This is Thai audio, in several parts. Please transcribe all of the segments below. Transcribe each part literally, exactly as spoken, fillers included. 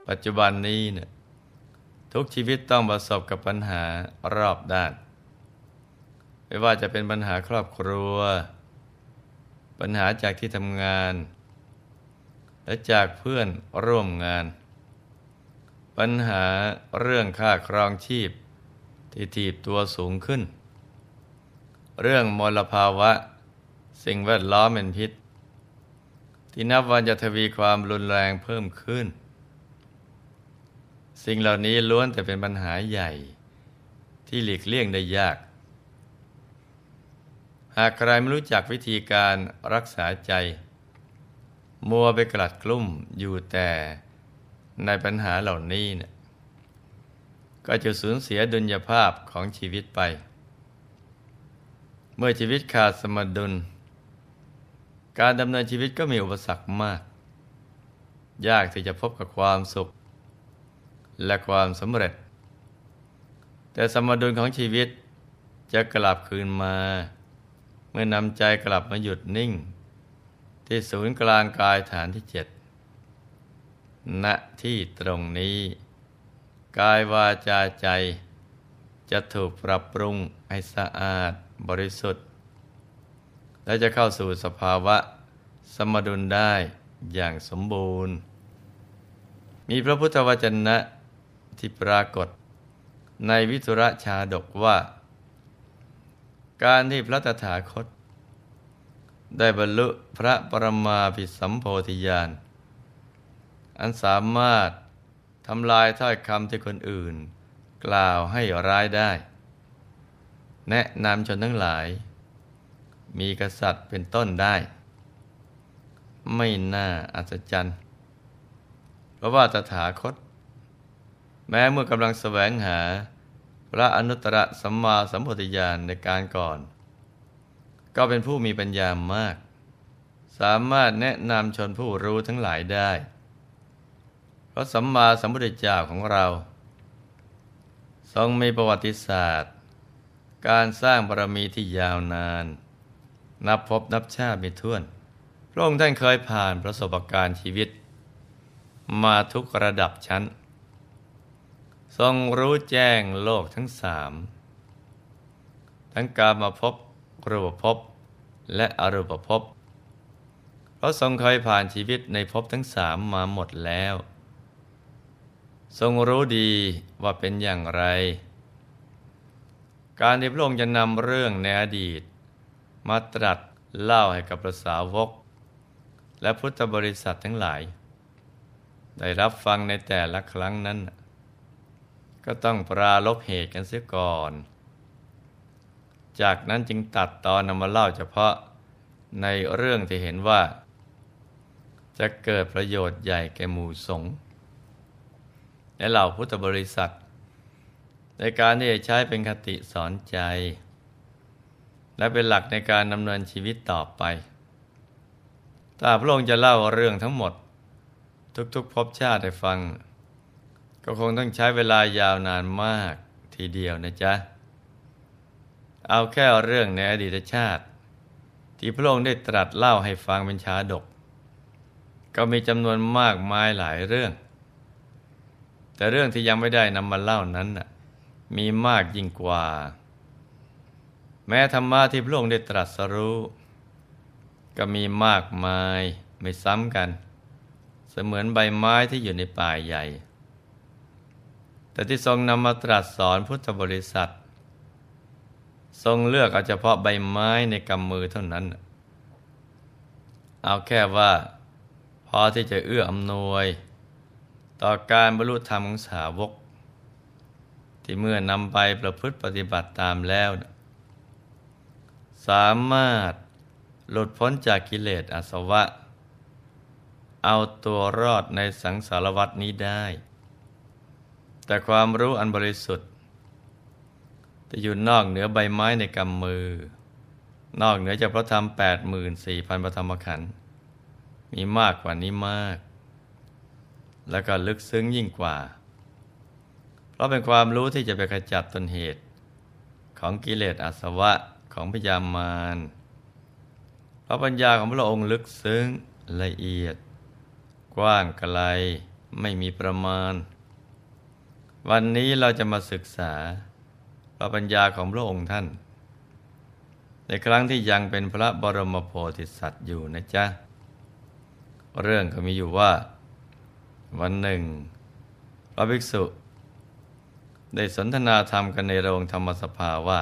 ปัจจุบันนี้เนี่ยทุกชีวิตต้องประสบกับปัญหารอบด้านไม่ว่าจะเป็นปัญหาครอบครัวปัญหาจากที่ทำงานและจากเพื่อนร่วมงานปัญหาเรื่องค่าครองชีพที่ถีบตัวสูงขึ้นเรื่องมลภาวะสิ่งแวดล้อมเป็นพิษที่นับวันจะทวีความรุนแรงเพิ่มขึ้นสิ่งเหล่านี้ล้วนแต่เป็นปัญหาใหญ่ที่หลีกเลี่ยงได้ยากหากใครไม่รู้จักวิธีการรักษาใจมัวไปกลัดกลุ้มอยู่แต่ในปัญหาเหล่านี้เนี่ยก็จะสูญเสียดุลยภาพของชีวิตไปเมื่อชีวิตขาดสมดุลการดำเนินชีวิตก็มีอุปสรรคมากยากที่จะพบกับความสุขและความสำเร็จแต่สมดุลของชีวิตจะกลับคืนมาเมื่อนำใจกลับมาหยุดนิ่งที่ศูนย์กลางกายฐานที่เจ็ดณที่ตรงนี้กายวาจาใจจะถูกปรับปรุงให้สะอาดบริสุทธิ์และจะเข้าสู่สภาวะสมดุลได้อย่างสมบูรณ์มีพระพุทธวจนะที่ปรากฏในวิทุรชาดกว่าการที่พระตถาคตได้บรรลุพระปรมาภิสัมโพธิญาณอันสามารถทำลายถ้อยคำที่คนอื่นกล่าวให้ร้ายได้แนะนำชนทั้งหลายมีกษัตริย์เป็นต้นได้ไม่น่าอัศจรรย์เพราะว่าตถาคตแม้เมื่อกำลังแสวงหาพระอนุตตรสัมมาสัมโพธิญาณในการก่อนก็เป็นผู้มีปัญญามากสามารถแนะนำชนผู้รู้ทั้งหลายได้เพราะสัมมาสัมพุทธเจ้าของเราทรงมีประวัติศาสตร์การสร้างบารมีที่ยาวนานนับพบนับชาติไม่ถ้วนพระองค์ท่านเคยผ่านประสบการณ์ชีวิตมาทุกระดับชั้นทรงรู้แจ้งโลกทั้งสามทั้งกามภพรูปภพและอรูปภพเพราะทรงเคยผ่านชีวิตในภพทั้งสามมาหมดแล้วทรงรู้ดีว่าเป็นอย่างไรการที่พระองค์จะนำเรื่องในอดีตมาตรัสเล่าให้กับพระสาวกและพุทธบริษัททั้งหลายได้รับฟังในแต่ละครั้งนั้นก็ต้องปราลบเหตุกันเสียก่อนจากนั้นจึงตัดตอนนำมาเล่าเฉพาะในเรื่องที่เห็นว่าจะเกิดประโยชน์ใหญ่แก่หมู่สงฆ์และเหล่าพุทธบริษัทในการที่จะใช้เป็นคติสอนใจและเป็นหลักในการดำเนินชีวิตต่อไปถ้าพระองค์จะเล่าเรื่องทั้งหมดทุกๆภพชาติให้ฟังก็คงต้องใช้เวลายาวนานมากทีเดียวนะจ๊ะเอาแค่เรื่องในอดีตชาติที่พระองค์ได้ตรัสเล่าให้ฟังเป็นชาดกก็มีจำนวนมากมายหลายเรื่องแต่เรื่องที่ยังไม่ได้นำมาเล่านั้นน่ะมีมากยิ่งกว่าแม้ธรรมะที่พระองค์ได้ตรัสรู้ก็มีมากมายไม่ซ้ำกันเสมือนใบไม้ที่อยู่ในป่าใหญ่แต่ที่ทรงนำมาตรัสสอนพุทธบริษัททรงเลือกเอาเฉพาะใบไม้ในกำมือเท่านั้นเอาแค่ว่าพอที่จะเอื้ออำนวยต่อการบรรลุธรรมของสาวกที่เมื่อนำไปประพฤติปฏิบัติตามแล้วสามารถหลุดพ้นจากกิเลสอาสวะเอาตัวรอดในสังสารวัฏนี้ได้แต่ความรู้อันบริสุทธิ์จะอยู่นอกเหนือใบไม้ในกำมือนอกเหนือจากพระธรรม แปดหมื่นสี่พัน พระธรรมขันธ์มีมากกว่านี้มากและก็ลึกซึ้งยิ่งกว่าเพราะเป็นความรู้ที่จะไปขจัดต้นเหตุของกิเลสอาสวะของพยามารเพราะปัญญาของพระองค์ลึกซึ้งละเอียดกว้างไกลไม่มีประมาณวันนี้เราจะมาศึกษาพระปัญญาของพระองค์ท่านในครั้งที่ยังเป็นพระบรมโพธิสัตว์อยู่นะจ๊ะเรื่องก็มีอยู่ว่าวันหนึ่งพระภิกษุได้สนทนาธรรมกันในโรงธรรมสภาว่า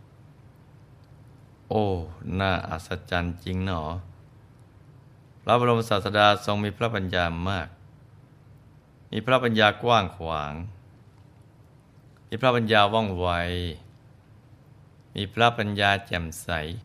โอ้น่าอัศจรรย์จริงหนอพระบรมศาสดาทรงมีพระปัญญามากมีพระปัญญากว้างขวางมีพระปัญญาว่องไวมีพระปัญญาแจ่มใส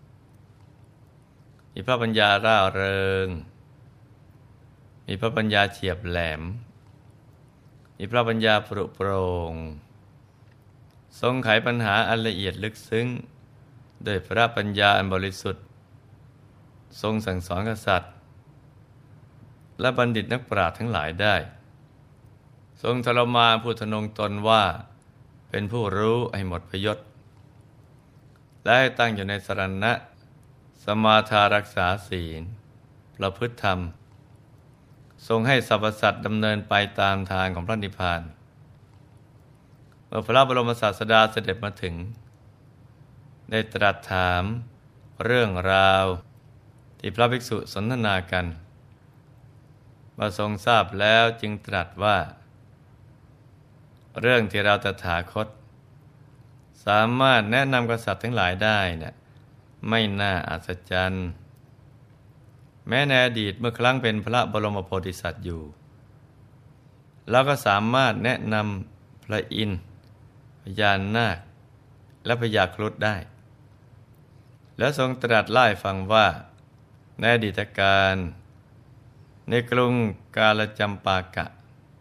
มีพระปัญญาร่าเริงมีพระปัญญาเฉียบแหลมมีพระปัญญาปรุโปร่งทรงไขปัญหาอันละเอียดลึกซึ้งด้วยพระปัญญาอันบริสุทธิ์ทรงสั่งสอนกษัตริย์และบัณฑิตนักปราชญ์ทั้งหลายได้ทรงทรมานผู้ทะนงตนว่าเป็นผู้รู้ให้หมดพยศและให้ตั้งอยู่ในสรณะสมาทารักษาศีลประพฤติธรรมทรงให้สรรพสัตว์ดำเนินไปตามทางของพระนิพพานเมื่อพระบรมศาสดาเสด็จมาถึงได้ตรัสถามเรื่องราวที่พระภิกษุสนทนากันเมื่อทรงทราบแล้วจึงตรัสว่าเรื่องที่เราตถาคตสามารถแนะนำกษัตริย์ทั้งหลายได้เนี่ยไม่น่าอัศจรรย์แม้ในอดีตเมื่อครั้งเป็นพระบรมโพธิสัตว์อยู่เราก็สามารถแนะนำพระอินทร์พญานาคและพญาครุฑได้แล้วทรงตรัสไล่ฟังว่าในอดีตการในกรุงกาลจัมปากะ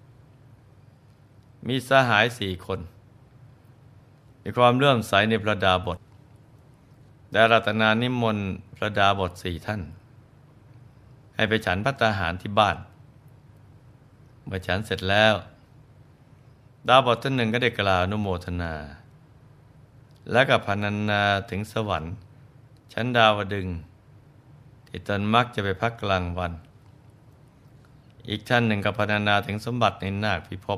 มีสหายสี่คนมีความเลื่อมใสในพระดาบทได้อาราธนานิมนต์พระดาบทสี่ท่านให้ไปฉันภัตตาหารที่บ้านเมื่อฉันเสร็จแล้วดาบทท่านหนึ่งก็ได้กล่าวอนุโมทนาและก็พรรณนาถึงสวรรค์ชั้นดาวดึงส์ที่ตนมักจะไปพักกลางวันอีกท่านหนึ่งก็พรรณนาถึงสมบัติในนาคพิภพ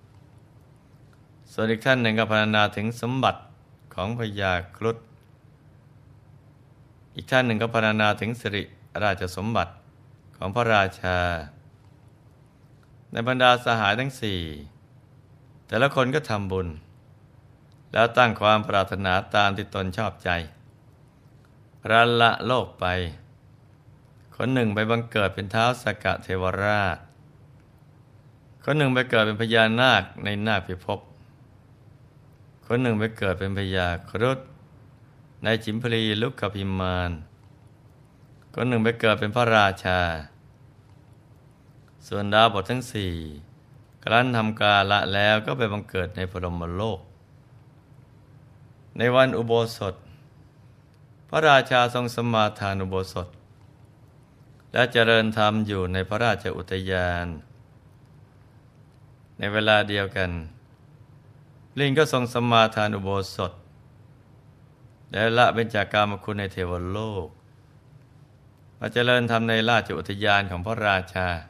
ส่วนอีกท่านหนึ่งก็พรรณนาถึงสมบัติของพญาครุฑอีกท่านหนึ่งก็พรรณนาถึงสิริราชสมบัติของพระราชาในบรรดาสหายทั้งสี่แต่ละคนก็ทำบุญแล้วตั้งความปรารถนาตามที่ตนชอบใจพระละโลกไปคนหนึ่งไปบังเกิดเป็นท้าวสักกะเทวราชคนหนึ่งไปเกิดเป็นพญานาคในนาคพิภพคนหนึ่งไปเกิดเป็นพญาครุฑในฉิมพลีลุกขพิมานคนหนึ่งไปเกิดเป็นพระราชาส่วนดาวบททั้งสี่ครั้นทำกาละแล้วก็ไปบังเกิดในพรหมโลกในวันอุโบสถพระราชาทรงสมาทานอุโบสถและเจริญธรรมอยู่ในพระราชอุทยานในเวลาเดียวกันลิงก็ทรงสมาทานอุโบสถและละเบญจากามคุณในเทวโลกมาเจริญธรรมในราชอุทยานของพระราชา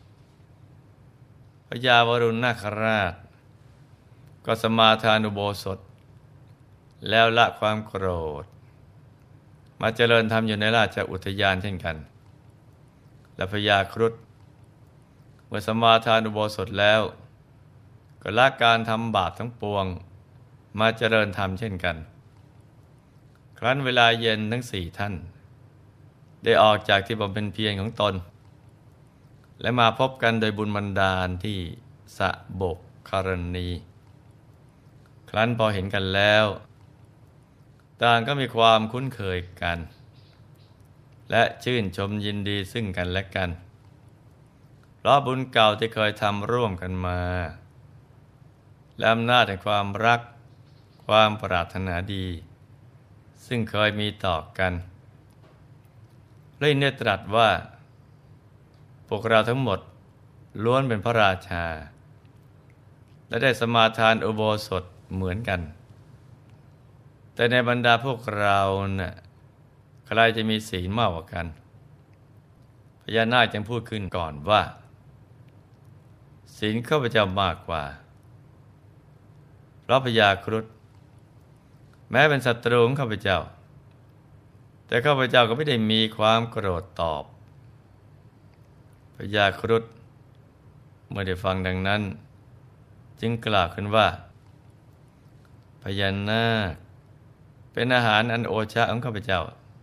พญาวรุณนาคราชก็สมาทานอุโบสถแล้วละความโกรธมาเจริญธรรมอยู่ในราชอุทยานเช่นกันและพญาครุฑเมื่อสมาทานอุโบสถแล้วก็ละการทำบาปทั้งปวงมาเจริญธรรมเช่นกันครั้นเวลาเย็นทั้งสี่ท่านได้ออกจากที่บำเพ็ญเพียรของตนและมาพบกันโดยบุญบันดาลที่สะบกคารณีครั้นพอเห็นกันแล้วต่างก็มีความคุ้นเคยกันและชื่นชมยินดีซึ่งกันและกันเพราะบุญเก่าที่เคยทำร่วมกันมาและอำนาจแห่งความรักความปรารถนาดีซึ่งเคยมีต่อกันเลยเนตรัสว่าพวกเราทั้งหมดล้วนเป็นพระราชาและได้สมาทานอุโบสถเหมือนกันแต่ในบรรดาพวกเราน่ะใครจะมีศีลมากกว่ากันพญานาคจึงพูดขึ้นก่อนว่าศีศีลข้าพเจ้ามากกว่าเพราะพญาครุฑแม้เป็นศัตรูของข้าพเจ้าแต่ข้าพเจ้าก็ไม่ได้มีความโกรธตอบพญาครุฑเมื่อได้ฟังดังนั้นจึงกล่าวขึ้นว่าพญานาคเป็นอาหารอันโอชะของข้าพเจ้า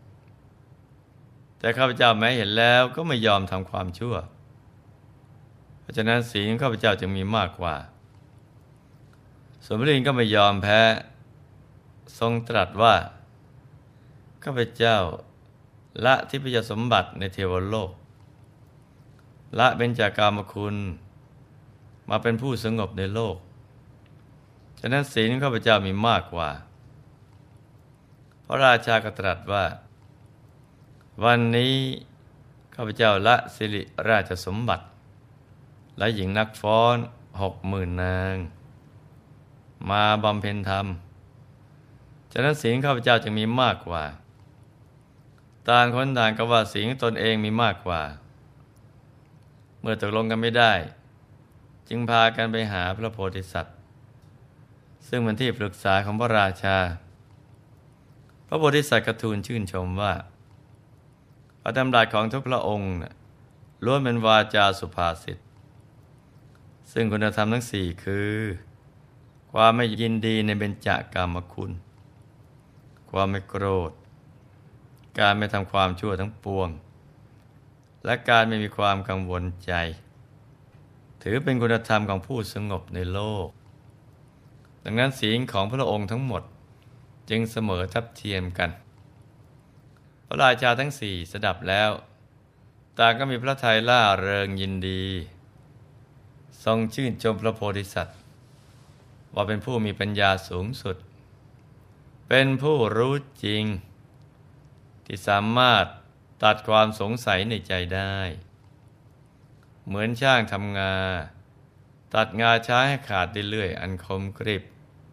แต่ข้าพเจ้าแม้เห็นแล้วก็ไม่ยอมทำความชั่วเพราะฉะนั้นศีลของข้าพเจ้าจึงมีมากกว่าส่วนพระอินทร์ก็ไม่ยอมแพ้ทรงตรัสว่าข้าพเจ้าละทิพยสมบัติในเทวโลกละเบญจากามคุณมาเป็นผู้สงบในโลกฉะนั้นศีลของข้าพเจ้ามีมากกว่าพระราชาก็ตรัสว่าวันนี้ข้าพเจ้าละสิริราชสมบัติและหญิงนักฟ้อนหกหมื่นนางมาบำเพ็ญธรรมฉะนั้นศีลข้าพเจ้าจึงมีมากกว่าต่างคนต่างก็ว่าศีลตนเองมีมากกว่าเมื่อตกลงกันไม่ได้จึงพากันไปหาพระโพธิสัตว์ซึ่งเป็นที่ปรึกษาของพระราชาพระโพธิสัตว์กระทูลชื่นชมว่าพระดำรัสของทุกพระองค์ล้วนเป็นวาจาสุภาษิตซึ่งคุณธรรมทั้งสี่คือความไม่ยินดีในเบญจากามคุณความไม่โกรธการไม่ทำความชั่วทั้งปวงและการไม่มีความกังวลใจถือเป็นคุณธรรมของผู้สงบในโลกดังนั้นศีลของพระองค์ทั้งหมดจึงเสมอทัดเทียมกันพระราชาทั้งสี่สดับแล้วต่างก็มีพระทัยล่าเริงยินดีทรงชื่นชมพระโพธิสัตว์ว่าเป็นผู้มีปัญญาสูงสุดเป็นผู้รู้จริงที่สามารถตัดความสงสัยในใจได้เหมือนช่างทำงาตัดงาช้างให้ขาดได้เลื่อยอันคมกริบ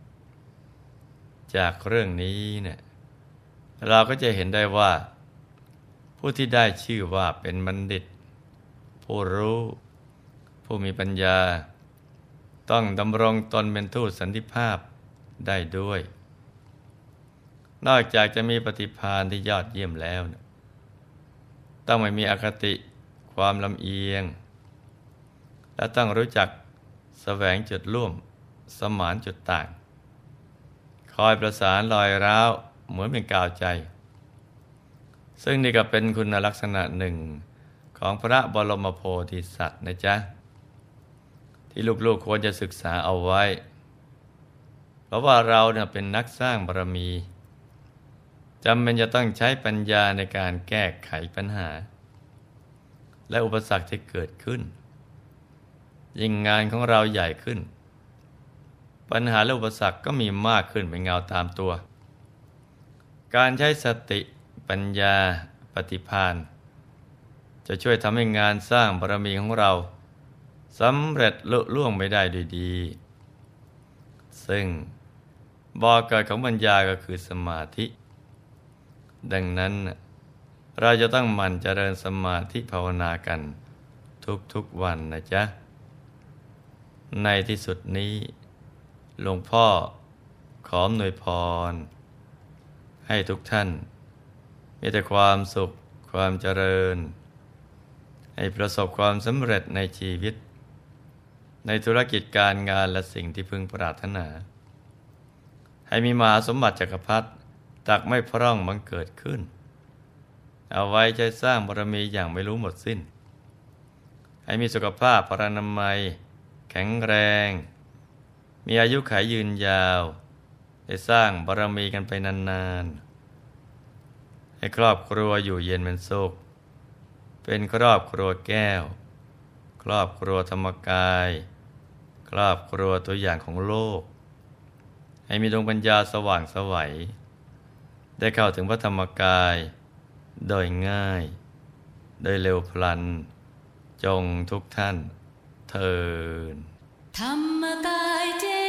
จากเรื่องนี้เนี่ยเราก็จะเห็นได้ว่าผู้ที่ได้ชื่อว่าเป็นบัณฑิตผู้รู้ผู้มีปัญญาต้องดำรงตนเป็นทูตสันติภาพได้ด้วยนอกจากจะมีปฏิภาณที่ยอดเยี่ยมแล้วนะต้องไม่มีอคติความลำเอียงและต้องรู้จักแสวงจุดร่วมสมานจุดต่างคอยประสานรอยร้าวเหมือนเป็นกาวใจซึ่งนี่ก็เป็นคุณลักษณะหนึ่งของพระบรมโพธิสัตว์นะจ๊ะที่ลูกๆควรจะศึกษาเอาไว้เพราะว่าเราเนี่ยเป็นนักสร้างบารมีจำเป็นจะต้องใช้ปัญญาในการแก้ไขปัญหาและอุปสรรคที่เกิดขึ้นยิ่งงานของเราใหญ่ขึ้นปัญหาและอุปสรรคก็มีมากขึ้นเป็นเงาตามตัวการใช้สติปัญญาปฏิภาณจะช่วยทำให้งานสร้างบารมีของเราสำเร็จลุล่วงไปได้ด้วยดีซึ่งบ่อเกิดของปัญญาก็คือสมาธิดังนั้นเราจะต้องหมั่นเจริญสมาธิภาวนากันทุกๆวันนะจ๊ะในที่สุดนี้หลวงพ่อขออำนวยพรให้ทุกท่านมีแต่ความสุขความเจริญให้ประสบความสำเร็จในชีวิตในธุรกิจการงานและสิ่งที่พึงปรารถนาให้มีมหาสมบัติจักรพรรดิตักไม่พร่องบังเกิดขึ้นเอาไว้ใช้สร้างบารมีอย่างไม่รู้หมดสิ้นให้มีสุขภาพพรรณนามัยแข็งแรงมีอายุขัยยืนยาวได้สร้างบารมีกันไปนานๆให้ครอบครัวอยู่เย็นเป็นสุขเป็นครอบครัวแก้วครอบครัวธรรมกายครอบครัวตัวอย่างของโลกให้มีดวงปัญญาสว่างไสวได้เข้าถึงพระธรรมกายโดยง่ายโดยเร็วพลันจงทุกท่านเทอญธรรมกายเจ